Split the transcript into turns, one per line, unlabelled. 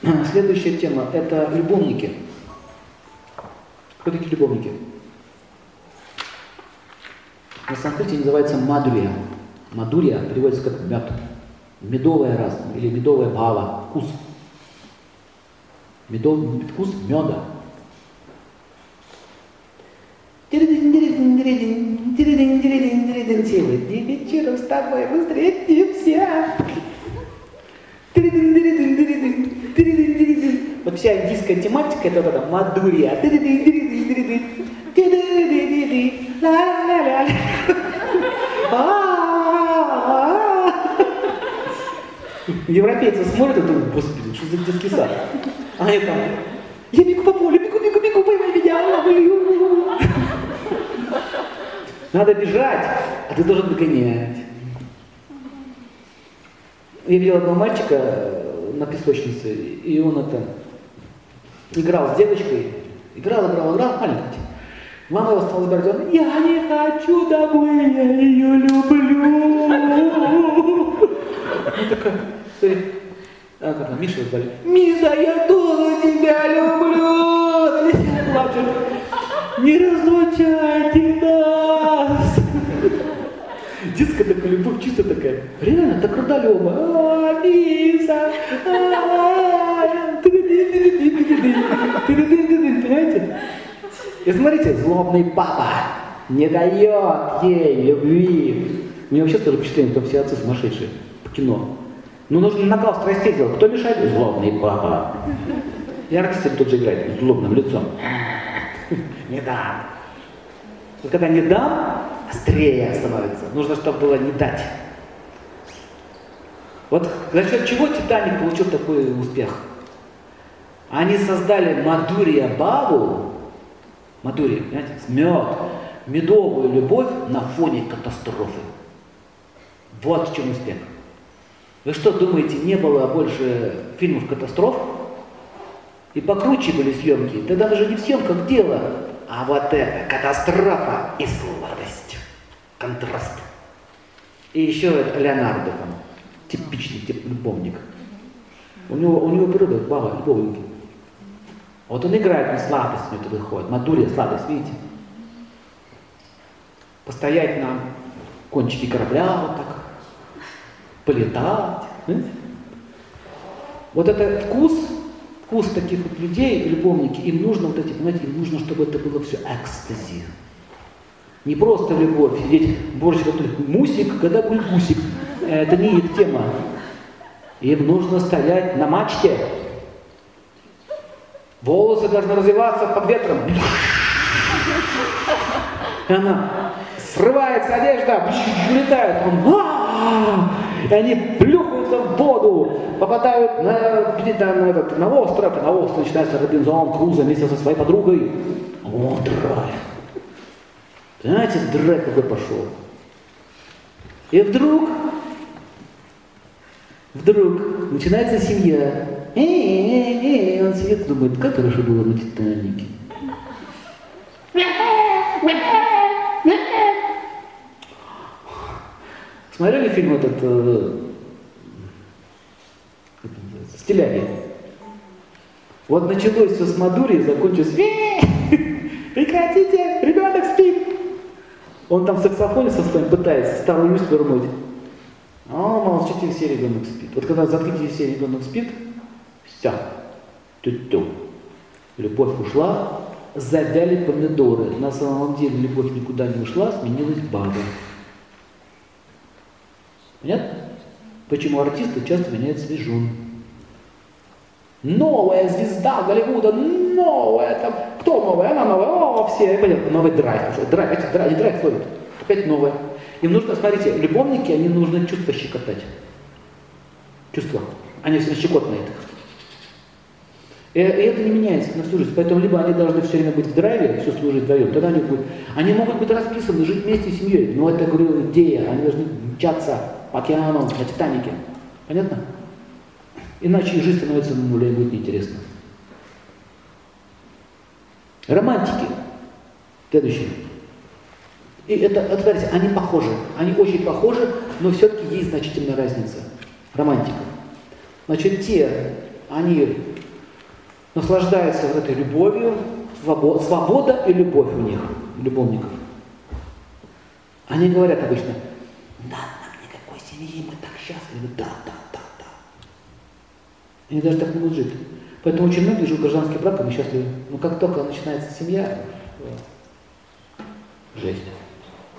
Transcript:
Следующая тема – это любовники. Кто такие любовники? На санскрите называется мадурия. Мадурия переводится как мед. Медовая раз или медовая бхава, вкус. Вкус меда. Сегодня вечером с тобой мы встретимся. Вот вся индийская тематика это вот эта мадурия. Европейцы смотрят и думают, господи, что за детский сад? А они там, я бегу по полю, бегу, поймай меня, ловлю. Надо бежать, а ты должен догонять. Я видел одного мальчика на песочнице, и он играл с девочкой, играл, маленький. Мама его стала говорить, я не хочу домой, я ее люблю. Ну такая, как она, Миша звали. Миша, я тоже тебя люблю. Она плачет. Не разлучайте нас. Детская такая любовь, чисто такая. Реально, так родолюбая. Миша. Понимаете? И смотрите, злобный папа не дает ей любви. У меня вообще тоже впечатление, что все отцы сумасшедшие по кино. Ну нужно накал страстей делать. Кто мешает? Злобный папа. И артист тут же играет злобным лицом. Не дам. Вот когда не дам, острее становится. Нужно, чтобы было не дать. Вот за счет чего Титаник получил такой успех? Они создали Мадурия Баву, Мадурия, понимаете, мед, медовую любовь на фоне катастрофы. Вот в чем успех. Вы что, думаете, не было больше фильмов катастроф? И покруче были съемки? Тогда даже не в съемках дело, а вот это катастрофа и сладость. Контраст. И еще это Леонардо, там, типичный любовник. У него природа, баба, любовники. Вот он играет на сладость, у него это выходит. Мадурия, сладость, видите? Постоять на кончике корабля вот так. Полетать. Знаете? Вот это вкус таких вот людей, любовники, им нужно вот эти, понимаете, им нужно, чтобы это было все экстази. Не просто любовь, сидеть, боже, мусик, когда будет гусик. Это не их тема. Им нужно стоять на мачте. Волосы должны развиваться под ветром. И она срывается одежда, улетает. И они плюхаются в воду, попадают на остров. На остров начинается Робинзон Крузо вместе со своей подругой. О, драйв. Знаете, драйв какой пошел. И вдруг начинается семья. Он сидит и думает, как хорошо было на Титанике. Смотрели фильм этот «Стиляги»? Вот началось все с Мадурии, закончилось прекратите, ребенок спит. Он там в саксофоне со своим пытается старую мысль вернуть. А молчите, все, ребенок спит. Вот когда заткните, все, ребенок спит, все. Тю-тю. Любовь ушла, завяли помидоры. На самом деле любовь никуда не ушла, сменилась баба. Понятно? Почему артисты часто меняют свежун? Новая звезда Голливуда, новая там. Кто новая? Она новая. О, все, понятно, новый драйв. Драйв ловит. Опять новая. Им нужно, смотрите, любовники, они нужно чувства щекотать. Чувства. Они все щекотные. И это не меняется на всю жизнь. Поэтому либо они должны все время быть в драйве, все служить вдвоем, тогда они будут. Они могут быть расписаны, жить вместе с семьей. Но это, говорю, идея. Они должны мчаться по океану на Титанике. Понятно? Иначе жизнь становится нуля и будет неинтересно. Романтики. Следующее. И это, смотрите, они похожи. Они очень похожи, но все-таки есть значительная разница. Романтика. Значит, те, они наслаждаются этой любовью, свобода и любовь у них, любовников. Они говорят обычно: да, нам никакой семьи, мы так счастливы, да. Они даже так не могут жить. Поэтому очень многие живут гражданским браком и счастливы. Но как только начинается семья, жесть.